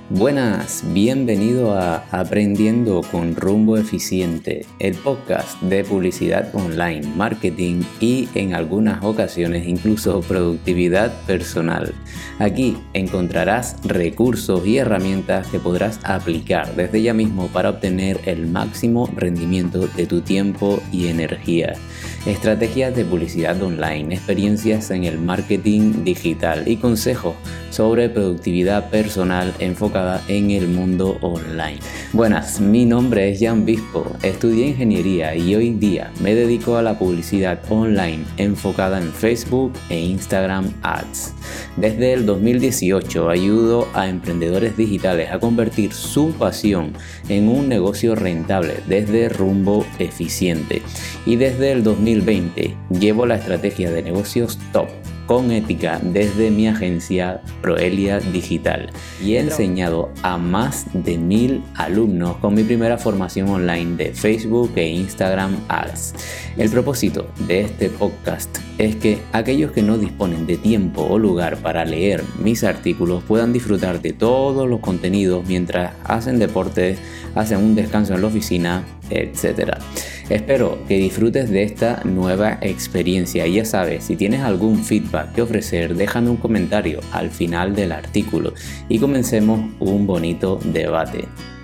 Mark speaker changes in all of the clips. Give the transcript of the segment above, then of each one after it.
Speaker 1: Buenas, bienvenido a Aprendiendo con Rumbo Eficiente, el podcast de publicidad online, marketing y en algunas ocasiones incluso productividad personal. Aquí encontrarás recursos y herramientas que podrás aplicar desde ya mismo para obtener el máximo rendimiento de tu tiempo y energía. Estrategias de publicidad online, experiencias en el marketing digital y consejos sobre productividad personal enfocada en el mundo online. Buenas, mi nombre es Jan Bispo, estudié ingeniería y hoy día me dedico a la publicidad online enfocada en Facebook e Instagram Ads. Desde el 2018 ayudo a emprendedores digitales a convertir su pasión en un negocio rentable desde Rumbo Eficiente y desde el 2020 llevo la estrategia de negocios top con ética desde mi agencia Proelia Digital y he enseñado a más de 1000 alumnos con mi primera formación online de Facebook e Instagram Ads. El propósito de este podcast es que aquellos que no disponen de tiempo o lugar para leer mis artículos puedan disfrutar de todos los contenidos mientras hacen deporte, hacen un descanso en la oficina, etc. Espero que disfrutes de esta nueva experiencia y ya sabes, si tienes algún feedback que ofrecer, déjame un comentario al final del artículo y comencemos un bonito debate.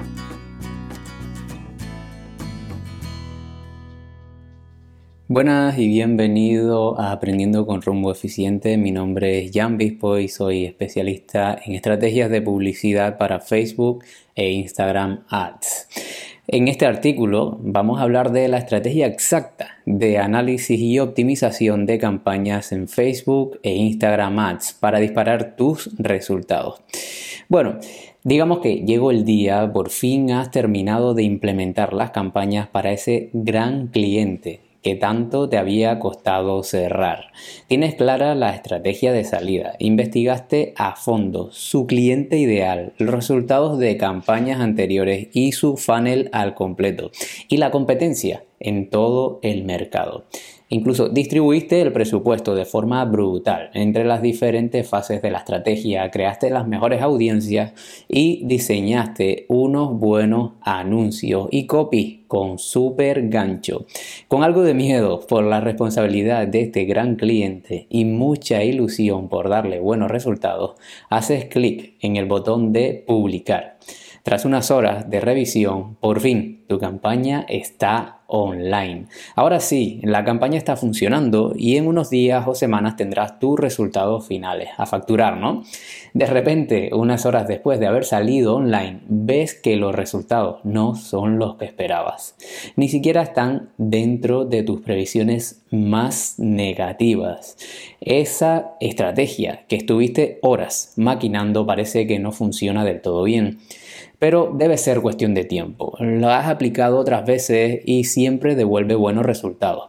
Speaker 1: Buenas y bienvenido a Aprendiendo con Rumbo Eficiente. Mi nombre es Jan Bispo y soy especialista en estrategias de publicidad para Facebook e Instagram Ads. En este artículo vamos a hablar de la estrategia exacta de análisis y optimización de campañas en Facebook e Instagram Ads para disparar tus resultados. Bueno, digamos que llegó el día, por fin has terminado de implementar las campañas para ese gran cliente que tanto te había costado cerrar. Tienes clara la estrategia de salida, investigaste a fondo su cliente ideal, los resultados de campañas anteriores y su funnel al completo y la competencia en todo el mercado. Incluso distribuiste el presupuesto de forma brutal entre las diferentes fases de la estrategia, creaste las mejores audiencias y diseñaste unos buenos anuncios y copy con súper gancho. Con algo de miedo por la responsabilidad de este gran cliente y mucha ilusión por darle buenos resultados, haces clic en el botón de publicar. Tras unas horas de revisión, por fin tu campaña está online. Ahora sí, la campaña está funcionando y en unos días o semanas tendrás tus resultados finales a facturar, ¿no? De repente, unas horas después de haber salido online, ves que los resultados no son los que esperabas. Ni siquiera están dentro de tus previsiones más negativas. Esa estrategia que estuviste horas maquinando parece que no funciona del todo bien. Pero debe ser cuestión de tiempo. Lo has aplicado otras veces y siempre devuelve buenos resultados.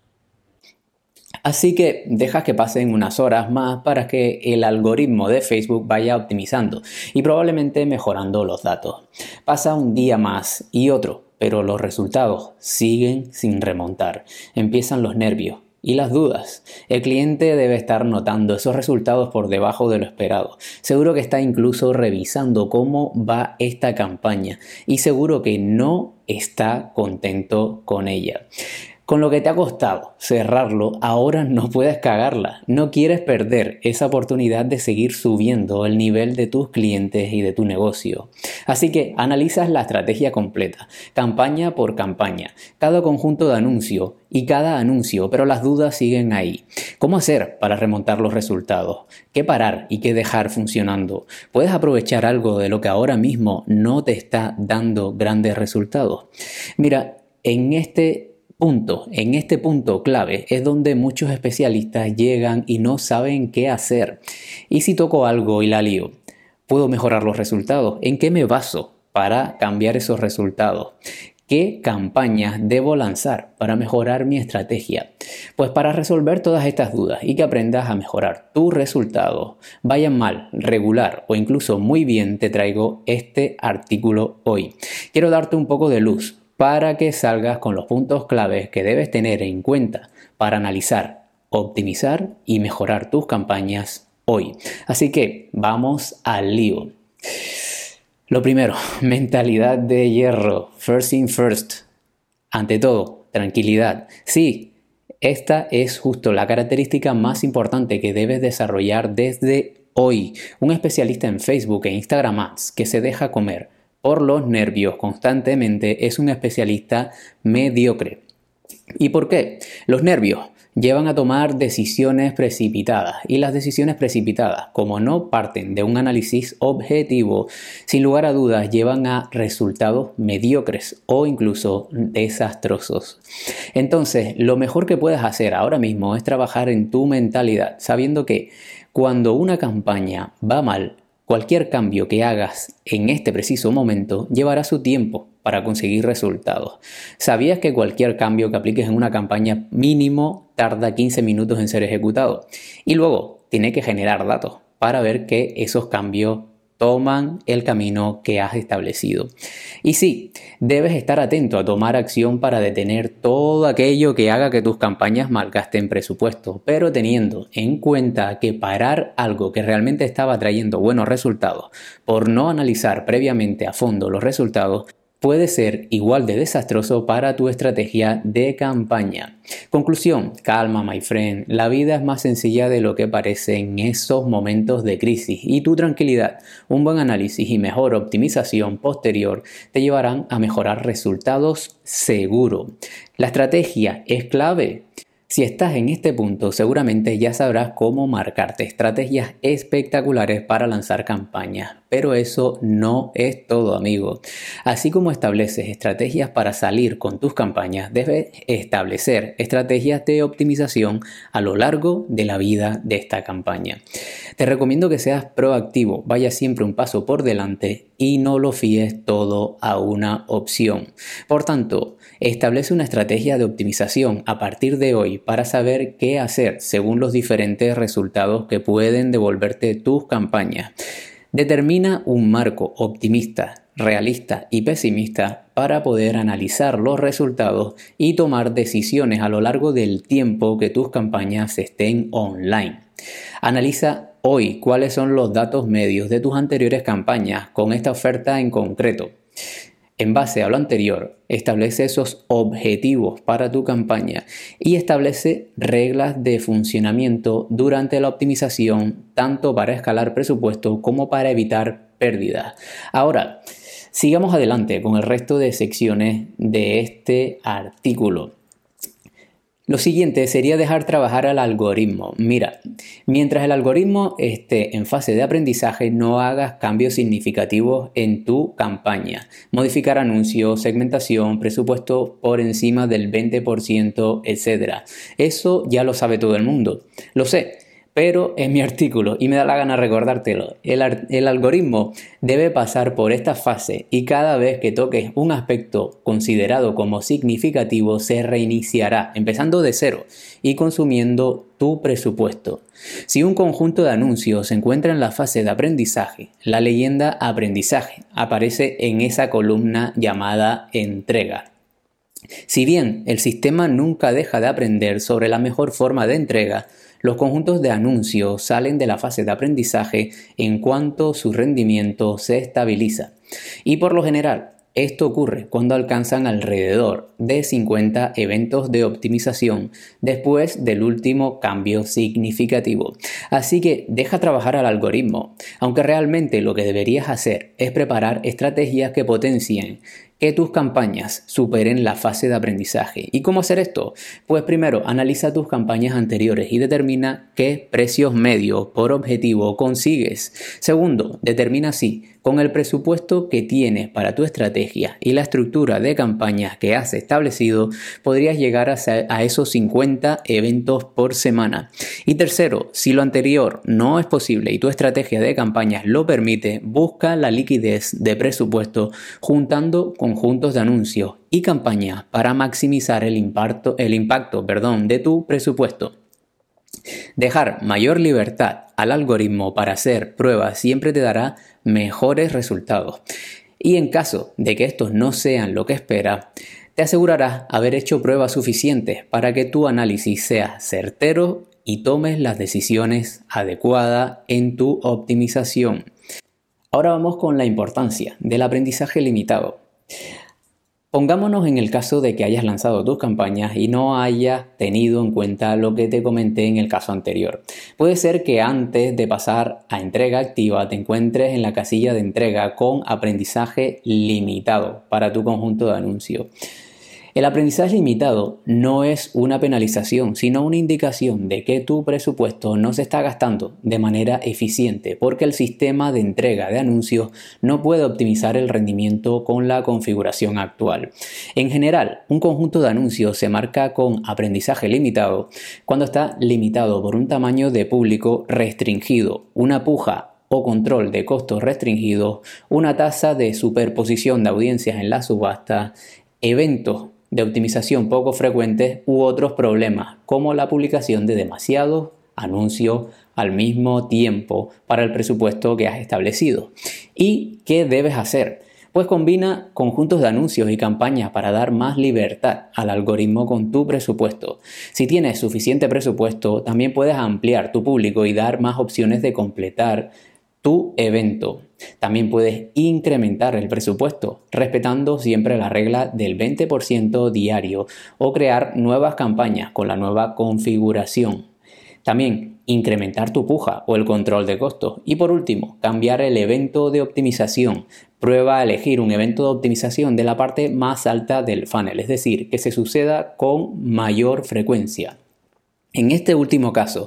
Speaker 1: Así que dejas que pasen unas horas más para que el algoritmo de Facebook vaya optimizando y probablemente mejorando los datos. Pasa un día más y otro, pero los resultados siguen sin remontar. Empiezan los nervios y las dudas. El cliente debe estar notando esos resultados por debajo de lo esperado. Seguro que está incluso revisando cómo va esta campaña y seguro que no está contento con ella. Con lo que te ha costado cerrarlo, ahora no puedes cagarla. No quieres perder esa oportunidad de seguir subiendo el nivel de tus clientes y de tu negocio. Así que analizas la estrategia completa, campaña por campaña, cada conjunto de anuncio y cada anuncio, pero las dudas siguen ahí. ¿Cómo hacer para remontar los resultados? ¿Qué parar y qué dejar funcionando? ¿Puedes aprovechar algo de lo que ahora mismo no te está dando grandes resultados? Mira, en este punto clave es donde muchos especialistas llegan y no saben qué hacer. ¿Y si toco algo y la lío? ¿Puedo mejorar los resultados? ¿En qué me baso para cambiar esos resultados? ¿Qué campañas debo lanzar para mejorar mi estrategia? Pues para resolver todas estas dudas y que aprendas a mejorar tus resultados, vayan mal, regular o incluso muy bien, te traigo este artículo hoy. Quiero darte un poco de luz para que salgas con los puntos claves que debes tener en cuenta para analizar, optimizar y mejorar tus campañas hoy. Así que vamos al lío. Lo primero, mentalidad de hierro. First thing first. Ante todo, tranquilidad. Sí, esta es justo la característica más importante que debes desarrollar desde hoy. Un especialista en Facebook e Instagram Ads que se deja comer por los nervios constantemente es un especialista mediocre. ¿Y por qué? Los nervios llevan a tomar decisiones precipitadas, y las decisiones precipitadas, como no parten de un análisis objetivo, sin lugar a dudas llevan a resultados mediocres o incluso desastrosos. Entonces, lo mejor que puedes hacer ahora mismo es trabajar en tu mentalidad, sabiendo que cuando una campaña va mal, cualquier cambio que hagas en este preciso momento llevará su tiempo para conseguir resultados. ¿Sabías que cualquier cambio que apliques en una campaña mínimo tarda 15 minutos en ser ejecutado? Y luego tiene que generar datos para ver que esos cambios toman el camino que has establecido. Y sí, debes estar atento a tomar acción para detener todo aquello que haga que tus campañas malgasten presupuesto, pero teniendo en cuenta que parar algo que realmente estaba trayendo buenos resultados por no analizar previamente a fondo los resultados puede ser igual de desastroso para tu estrategia de campaña. Conclusión, calma, my friend. La vida es más sencilla de lo que parece en esos momentos de crisis, y tu tranquilidad, un buen análisis y mejor optimización posterior te llevarán a mejorar resultados seguro. La estrategia es clave. Si estás en este punto, seguramente ya sabrás cómo marcarte estrategias espectaculares para lanzar campañas. Pero eso no es todo, amigo. Así como estableces estrategias para salir con tus campañas, debes establecer estrategias de optimización a lo largo de la vida de esta campaña. Te recomiendo que seas proactivo, vaya siempre un paso por delante y no lo fíes todo a una opción. Por tanto, establece una estrategia de optimización a partir de hoy para saber qué hacer según los diferentes resultados que pueden devolverte tus campañas. Determina un marco optimista, realista y pesimista para poder analizar los resultados y tomar decisiones a lo largo del tiempo que tus campañas estén online. Analiza hoy cuáles son los datos medios de tus anteriores campañas con esta oferta en concreto. En base a lo anterior, establece esos objetivos para tu campaña y establece reglas de funcionamiento durante la optimización, tanto para escalar presupuesto como para evitar pérdidas. Ahora, sigamos adelante con el resto de secciones de este artículo. Lo siguiente sería dejar trabajar al algoritmo. Mira, mientras el algoritmo esté en fase de aprendizaje, no hagas cambios significativos en tu campaña. Modificar anuncios, segmentación, presupuesto por encima del 20%, etc. Eso ya lo sabe todo el mundo. Lo sé, pero es mi artículo y me da la gana recordártelo. El algoritmo debe pasar por esta fase y cada vez que toques un aspecto considerado como significativo se reiniciará, empezando de cero y consumiendo tu presupuesto. Si un conjunto de anuncios se encuentra en la fase de aprendizaje, la leyenda aprendizaje aparece en esa columna llamada entrega. Si bien el sistema nunca deja de aprender sobre la mejor forma de entrega, los conjuntos de anuncios salen de la fase de aprendizaje en cuanto su rendimiento se estabiliza. Y por lo general, esto ocurre cuando alcanzan alrededor de 50 eventos de optimización después del último cambio significativo. Así que deja trabajar al algoritmo, aunque realmente lo que deberías hacer es preparar estrategias que potencien que tus campañas superen la fase de aprendizaje. ¿Y cómo hacer esto? Pues primero, analiza tus campañas anteriores y determina qué precios medios por objetivo consigues. Segundo, determina si con el presupuesto que tienes para tu estrategia y la estructura de campañas que has establecido, podrías llegar a esos 50 eventos por semana. Y tercero, si lo anterior no es posible y tu estrategia de campañas lo permite, busca la liquidez de presupuesto juntando conjuntos de anuncios y campañas para maximizar el impacto de tu presupuesto. Dejar mayor libertad al algoritmo para hacer pruebas siempre te dará mejores resultados. Y en caso de que estos no sean lo que esperas, te asegurarás haber hecho pruebas suficientes para que tu análisis sea certero y tomes las decisiones adecuadas en tu optimización. Ahora vamos con la importancia del aprendizaje limitado. Pongámonos en el caso de que hayas lanzado tus campañas y no hayas tenido en cuenta lo que te comenté en el caso anterior. Puede ser que antes de pasar a entrega activa te encuentres en la casilla de entrega con aprendizaje limitado para tu conjunto de anuncios. El aprendizaje limitado no es una penalización, sino una indicación de que tu presupuesto no se está gastando de manera eficiente, porque el sistema de entrega de anuncios no puede optimizar el rendimiento con la configuración actual. En general, un conjunto de anuncios se marca con aprendizaje limitado cuando está limitado por un tamaño de público restringido, una puja o control de costos restringidos, una tasa de superposición de audiencias en la subasta, eventos de optimización poco frecuentes u otros problemas, como la publicación de demasiados anuncios al mismo tiempo para el presupuesto que has establecido. ¿Y qué debes hacer? Pues combina conjuntos de anuncios y campañas para dar más libertad al algoritmo con tu presupuesto. Si tienes suficiente presupuesto, también puedes ampliar tu público y dar más opciones de completar tu evento. También puedes incrementar el presupuesto, respetando siempre la regla del 20% diario o crear nuevas campañas con la nueva configuración. También incrementar tu puja o el control de costos. Y por último, cambiar el evento de optimización. Prueba a elegir un evento de optimización de la parte más alta del funnel, es decir, que se suceda con mayor frecuencia. En este último caso,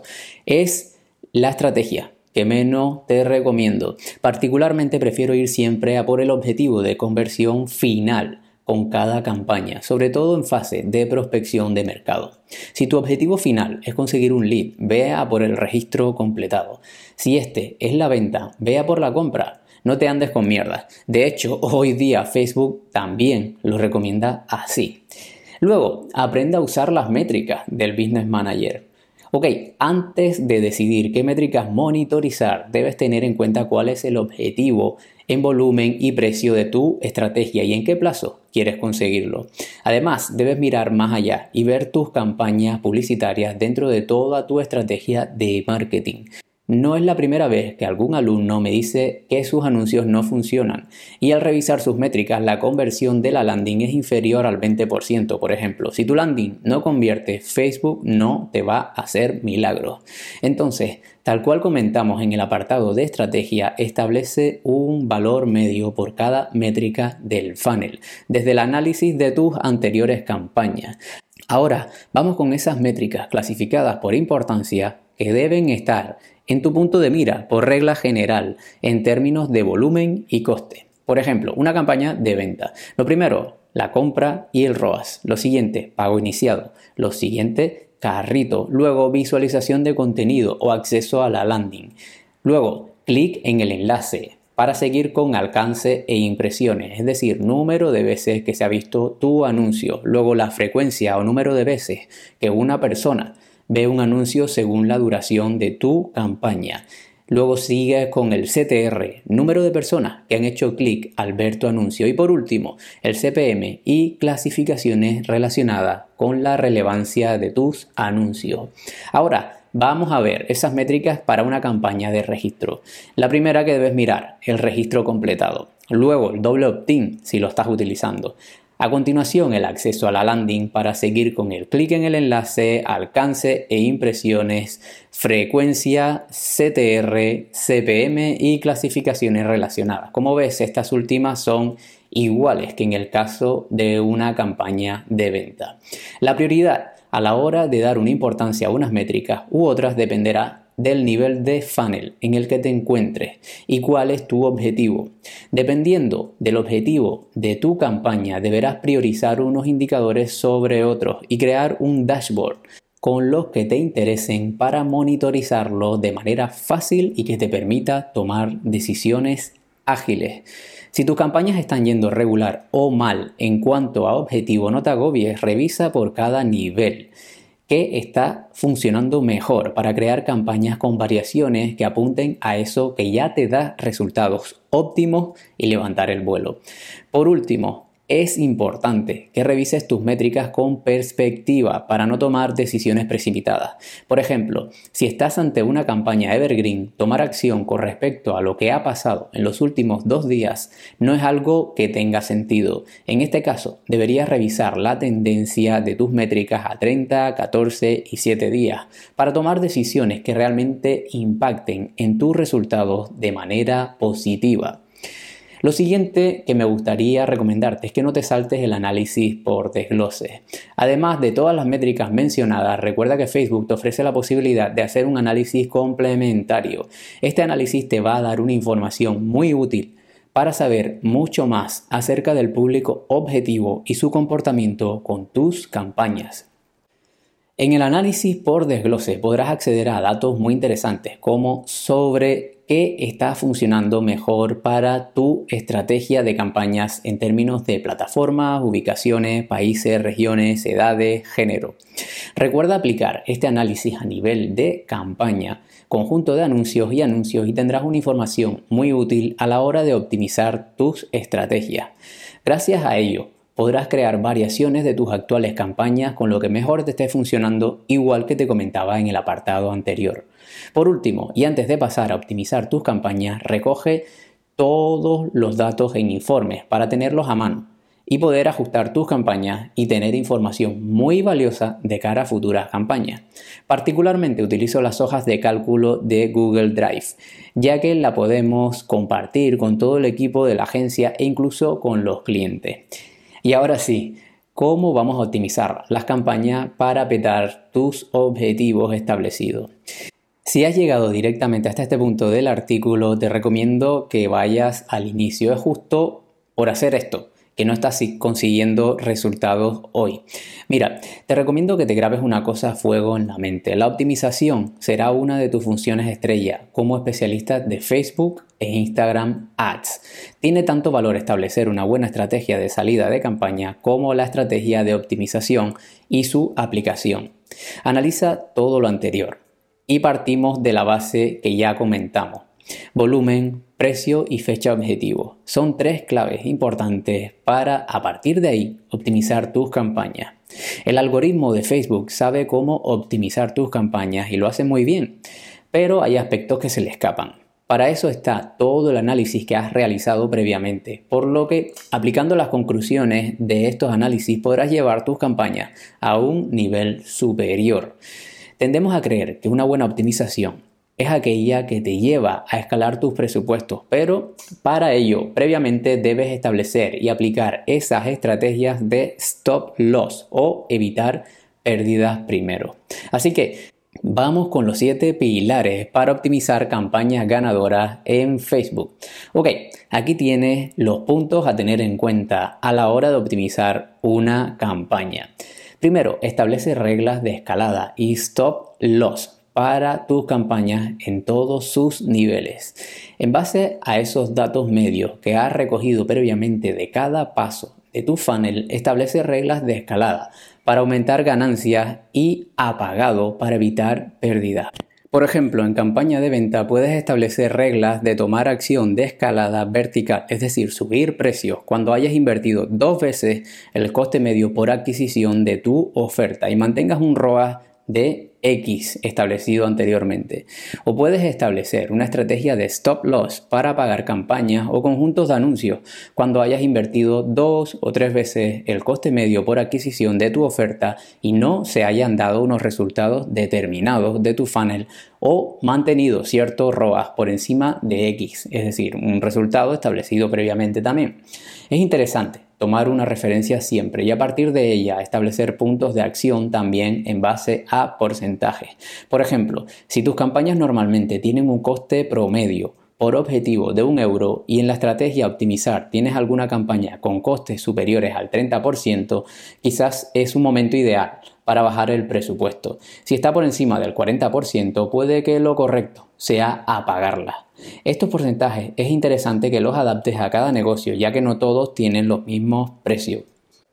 Speaker 1: es la estrategia que menos te recomiendo. Particularmente prefiero ir siempre a por el objetivo de conversión final con cada campaña, sobre todo en fase de prospección de mercado. Si tu objetivo final es conseguir un lead, ve a por el registro completado. Si este es la venta, ve a por la compra. No te andes con mierdas. De hecho, hoy día Facebook también lo recomienda así. Luego, aprende a usar las métricas del Business Manager. Ok, antes de decidir qué métricas monitorizar, debes tener en cuenta cuál es el objetivo en volumen y precio de tu estrategia y en qué plazo quieres conseguirlo. Además, debes mirar más allá y ver tus campañas publicitarias dentro de toda tu estrategia de marketing. No es la primera vez que algún alumno me dice que sus anuncios no funcionan y al revisar sus métricas la conversión de la landing es inferior al 20%. Por ejemplo, si tu landing no convierte, Facebook no te va a hacer milagros. Entonces, tal cual comentamos en el apartado de estrategia, establece un valor medio por cada métrica del funnel, desde el análisis de tus anteriores campañas. Ahora, vamos con esas métricas clasificadas por importancia que deben estar en tu punto de mira por regla general en términos de volumen y coste. Por ejemplo, una campaña de venta. Lo primero, la compra y el ROAS. Lo siguiente, pago iniciado. Lo siguiente, carrito. Luego, visualización de contenido o acceso a la landing. Luego, clic en el enlace para seguir con alcance e impresiones, es decir, número de veces que se ha visto tu anuncio. Luego, la frecuencia o número de veces que una persona ve un anuncio según la duración de tu campaña. Luego sigue con el CTR, número de personas que han hecho clic al ver tu anuncio. Y por último, el CPM y clasificaciones relacionadas con la relevancia de tus anuncios. Ahora, vamos a ver esas métricas para una campaña de registro. La primera que debes mirar, el registro completado. Luego, el doble opt-in si lo estás utilizando. A continuación, el acceso a la landing para seguir con el clic en el enlace, alcance e impresiones, frecuencia, CTR, CPM y clasificaciones relacionadas. Como ves, estas últimas son iguales que en el caso de una campaña de venta. La prioridad a la hora de dar una importancia a unas métricas u otras dependerá del nivel de funnel en el que te encuentres y cuál es tu objetivo. Dependiendo del objetivo de tu campaña, deberás priorizar unos indicadores sobre otros y crear un dashboard con los que te interesen para monitorizarlo de manera fácil y que te permita tomar decisiones ágiles. Si tus campañas están yendo regular o mal en cuanto a objetivo, no te agobies, revisa por cada nivel que está funcionando mejor para crear campañas con variaciones que apunten a eso que ya te da resultados óptimos y levantar el vuelo. Por último, es importante que revises tus métricas con perspectiva para no tomar decisiones precipitadas. Por ejemplo, si estás ante una campaña evergreen, tomar acción con respecto a lo que ha pasado en los últimos 2 días no es algo que tenga sentido. En este caso, deberías revisar la tendencia de tus métricas a 30, 14 y 7 días para tomar decisiones que realmente impacten en tus resultados de manera positiva. Lo siguiente que me gustaría recomendarte es que no te saltes el análisis por desglose. Además de todas las métricas mencionadas, recuerda que Facebook te ofrece la posibilidad de hacer un análisis complementario. Este análisis te va a dar una información muy útil para saber mucho más acerca del público objetivo y su comportamiento con tus campañas. En el análisis por desglose podrás acceder a datos muy interesantes como sobre qué está funcionando mejor para tu estrategia de campañas en términos de plataformas, ubicaciones, países, regiones, edades, género. Recuerda aplicar este análisis a nivel de campaña, conjunto de anuncios y tendrás una información muy útil a la hora de optimizar tus estrategias. Gracias a ello, podrás crear variaciones de tus actuales campañas con lo que mejor te esté funcionando, igual que te comentaba en el apartado anterior. Por último, y antes de pasar a optimizar tus campañas, recoge todos los datos en informes para tenerlos a mano y poder ajustar tus campañas y tener información muy valiosa de cara a futuras campañas. Particularmente utilizo las hojas de cálculo de Google Drive, ya que la podemos compartir con todo el equipo de la agencia e incluso con los clientes. Y ahora sí, ¿cómo vamos a optimizar las campañas para petar tus objetivos establecidos? Si has llegado directamente hasta este punto del artículo, te recomiendo que vayas al inicio. Es justo por hacer esto que no estás consiguiendo resultados hoy. Mira, te recomiendo que te grabes una cosa a fuego en la mente. La optimización será una de tus funciones estrella como especialista de Facebook e Instagram Ads. Tiene tanto valor establecer una buena estrategia de salida de campaña como la estrategia de optimización y su aplicación. Analiza todo lo anterior y partimos de la base que ya comentamos. Volumen, precio y fecha objetivo. Son 3 claves importantes para, a partir de ahí, optimizar tus campañas. El algoritmo de Facebook sabe cómo optimizar tus campañas y lo hace muy bien, pero hay aspectos que se le escapan. Para eso está todo el análisis que has realizado previamente, por lo que aplicando las conclusiones de estos análisis podrás llevar tus campañas a un nivel superior. Tendemos a creer que una buena optimización es aquella que te lleva a escalar tus presupuestos, pero para ello previamente debes establecer y aplicar esas estrategias de stop loss o evitar pérdidas primero. Así que vamos con los 7 pilares para optimizar campañas ganadoras en Facebook. Ok, aquí tienes los puntos a tener en cuenta a la hora de optimizar una campaña. Primero, establece reglas de escalada y stop loss para tus campañas en todos sus niveles. En base a esos datos medios que has recogido previamente de cada paso de tu funnel, establece reglas de escalada para aumentar ganancias y apagado para evitar pérdidas. Por ejemplo, en campaña de venta puedes establecer reglas de tomar acción de escalada vertical, es decir, subir precios cuando hayas invertido 2 veces el coste medio por adquisición de tu oferta y mantengas un ROAS de X establecido anteriormente. O puedes establecer una estrategia de stop loss para pagar campañas o conjuntos de anuncios cuando hayas invertido 2 o 3 veces el coste medio por adquisición de tu oferta y no se hayan dado unos resultados determinados de tu funnel o mantenido cierto ROAS por encima de X, es decir, un resultado establecido previamente también. Es interesante tomar una referencia siempre y a partir de ella establecer puntos de acción también en base a porcentajes. Por ejemplo, si tus campañas normalmente tienen un coste promedio por objetivo de 1 euro y en la estrategia optimizar tienes alguna campaña con costes superiores al 30%, quizás es un momento ideal para bajar el presupuesto. Si está por encima del 40%, puede que lo correcto sea apagarla. Estos porcentajes es interesante que los adaptes a cada negocio, ya que no todos tienen los mismos precios.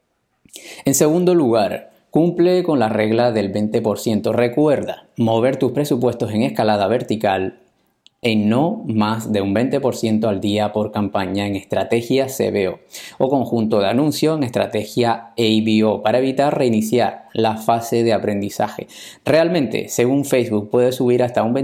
Speaker 1: En segundo lugar, cumple con la regla del 20%. Recuerda, mover tus presupuestos en escalada vertical en no más de un 20% al día por campaña en estrategia CBO o conjunto de anuncios en estrategia ABO para evitar reiniciar la fase de aprendizaje. Realmente, según Facebook, puedes subir hasta un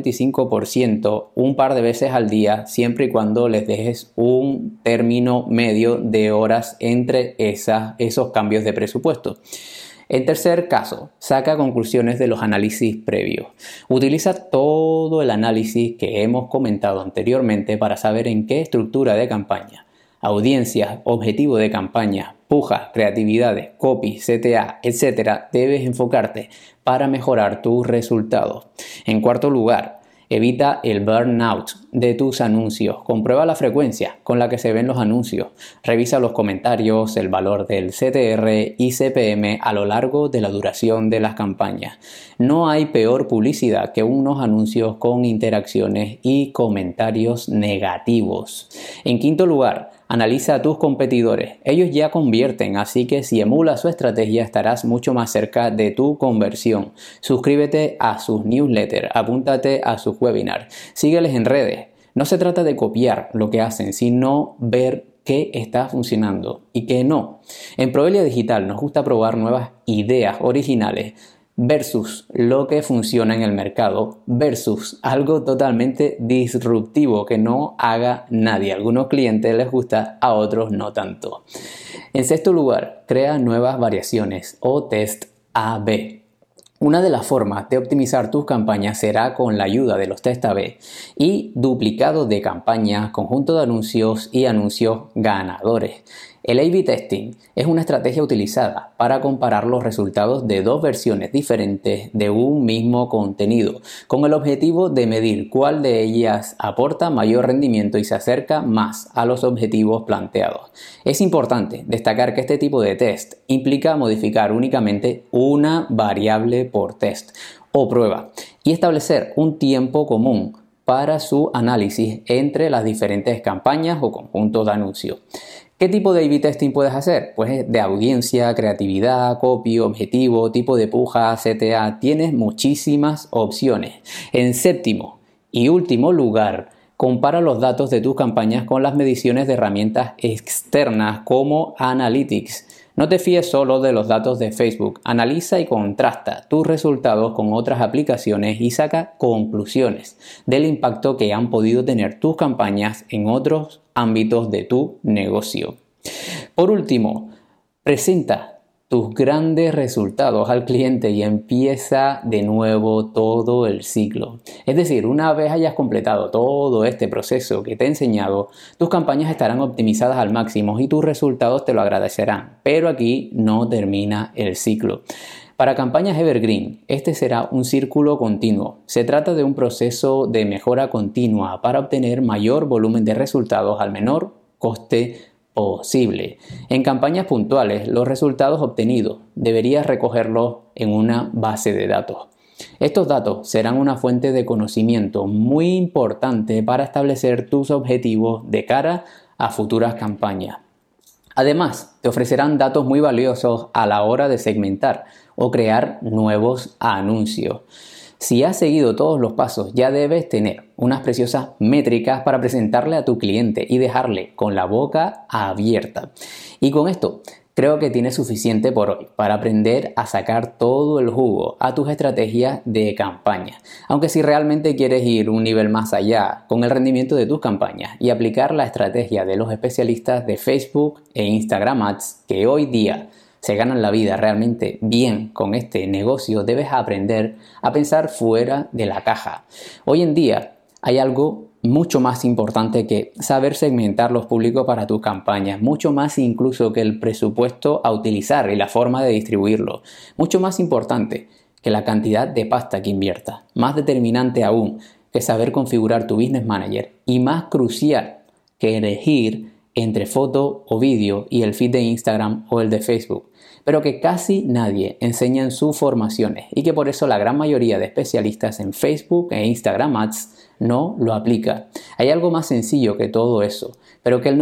Speaker 1: 25% un par de veces al día siempre y cuando les dejes un término medio de horas entre esos cambios de presupuesto. En tercer caso, saca conclusiones de los análisis previos. Utiliza todo el análisis que hemos comentado anteriormente para saber en qué estructura de campaña, audiencias, objetivo de campaña, pujas, creatividades, copy, CTA, etc. debes enfocarte para mejorar tus resultados. En cuarto lugar, evita el burnout de tus anuncios. Comprueba la frecuencia con la que se ven los anuncios. Revisa los comentarios, el valor del CTR y CPM a lo largo de la duración de las campañas. No hay peor publicidad que unos anuncios con interacciones y comentarios negativos. En quinto lugar, analiza a tus competidores. Ellos ya convierten, así que si emulas su estrategia estarás mucho más cerca de tu conversión. Suscríbete a sus newsletters, apúntate a sus webinars, sígueles en redes. No se trata de copiar lo que hacen, sino ver qué está funcionando y qué no. En Provelia Digital nos gusta probar nuevas ideas originales versus lo que funciona en el mercado versus algo totalmente disruptivo que no haga nadie. A algunos clientes les gusta, a otros no tanto. En sexto lugar, crea nuevas variaciones o test A/B. Una de las formas de optimizar tus campañas será con la ayuda de los test A/B y duplicado de campañas, conjunto de anuncios y anuncios ganadores. El A/B testing es una estrategia utilizada para comparar los resultados de dos versiones diferentes de un mismo contenido, con el objetivo de medir cuál de ellas aporta mayor rendimiento y se acerca más a los objetivos planteados. Es importante destacar que este tipo de test implica modificar únicamente una variable por test o prueba y establecer un tiempo común para su análisis entre las diferentes campañas o conjuntos de anuncios. ¿Qué tipo de A/B testing puedes hacer? Pues de audiencia, creatividad, copy, objetivo, tipo de puja, CTA. Tienes muchísimas opciones. En séptimo y último lugar, compara los datos de tus campañas con las mediciones de herramientas externas como Analytics. No te fíes solo de los datos de Facebook. Analiza y contrasta tus resultados con otras aplicaciones y saca conclusiones del impacto que han podido tener tus campañas en otros ámbitos de tu negocio. Por último, presenta tus grandes resultados al cliente y empieza de nuevo todo el ciclo. Es decir, una vez hayas completado todo este proceso que te he enseñado, tus campañas estarán optimizadas al máximo y tus resultados te lo agradecerán. Pero aquí no termina el ciclo. Para campañas Evergreen, este será un círculo continuo. Se trata de un proceso de mejora continua para obtener mayor volumen de resultados al menor coste posible. En campañas puntuales, los resultados obtenidos deberías recogerlos en una base de datos. Estos datos serán una fuente de conocimiento muy importante para establecer tus objetivos de cara a futuras campañas. Además, te ofrecerán datos muy valiosos a la hora de segmentar o crear nuevos anuncios. Si has seguido todos los pasos, ya debes tener unas preciosas métricas para presentarle a tu cliente y dejarle con la boca abierta. Y con esto, creo que tienes suficiente por hoy para aprender a sacar todo el jugo a tus estrategias de campaña. Aunque si realmente quieres ir un nivel más allá con el rendimiento de tus campañas y aplicar la estrategia de los especialistas de Facebook e Instagram Ads que hoy día se ganan la vida realmente bien con este negocio, debes aprender a pensar fuera de la caja. Hoy en día hay algo mucho más importante que saber segmentar los públicos para tus campañas, mucho más incluso que el presupuesto a utilizar y la forma de distribuirlo, mucho más importante que la cantidad de pasta que inviertas, más determinante aún que saber configurar tu Business Manager y más crucial que elegir entre foto o vídeo y el feed de Instagram o el de Facebook, pero que casi nadie enseña en sus formaciones y que por eso la gran mayoría de especialistas en Facebook e Instagram Ads no lo aplica. Hay algo más sencillo que todo eso, pero que el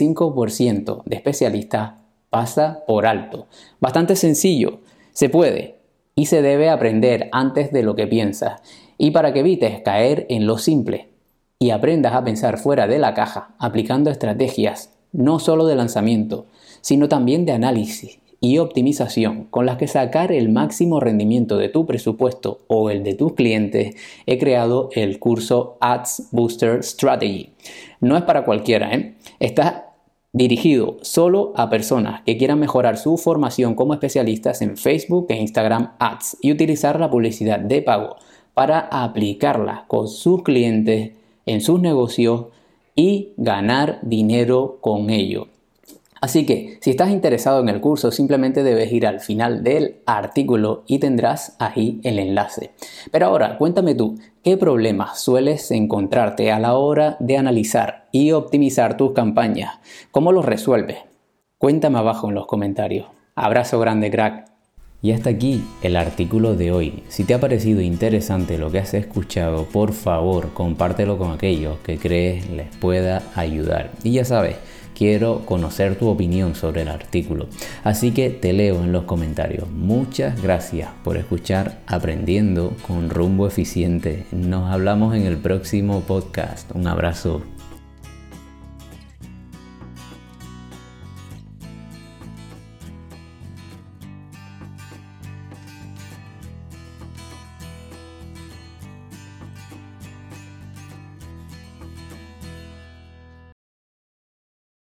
Speaker 1: 95% de especialistas pasa por alto. Bastante sencillo, se puede y se debe aprender antes de lo que piensas. Y para que evites caer en lo simple, y aprendas a pensar fuera de la caja, aplicando estrategias no solo de lanzamiento, sino también de análisis y optimización con las que sacar el máximo rendimiento de tu presupuesto o el de tus clientes, he creado el curso Ads Booster Strategy. No es para cualquiera, Está dirigido solo a personas que quieran mejorar su formación como especialistas en Facebook e Instagram Ads y utilizar la publicidad de pago para aplicarla con sus clientes en sus negocios y ganar dinero con ello. Así que, si estás interesado en el curso, simplemente debes ir al final del artículo y tendrás ahí el enlace. Pero ahora, cuéntame tú, ¿qué problemas sueles encontrarte a la hora de analizar y optimizar tus campañas? ¿Cómo los resuelves? Cuéntame abajo en los comentarios. Abrazo grande, crack. Y hasta aquí el artículo de hoy. Si te ha parecido interesante lo que has escuchado, por favor, compártelo con aquellos que crees les pueda ayudar. Y ya sabes, quiero conocer tu opinión sobre el artículo. Así que te leo en los comentarios. Muchas gracias por escuchar Aprendiendo con Rumbo Eficiente. Nos hablamos en el próximo podcast. Un abrazo.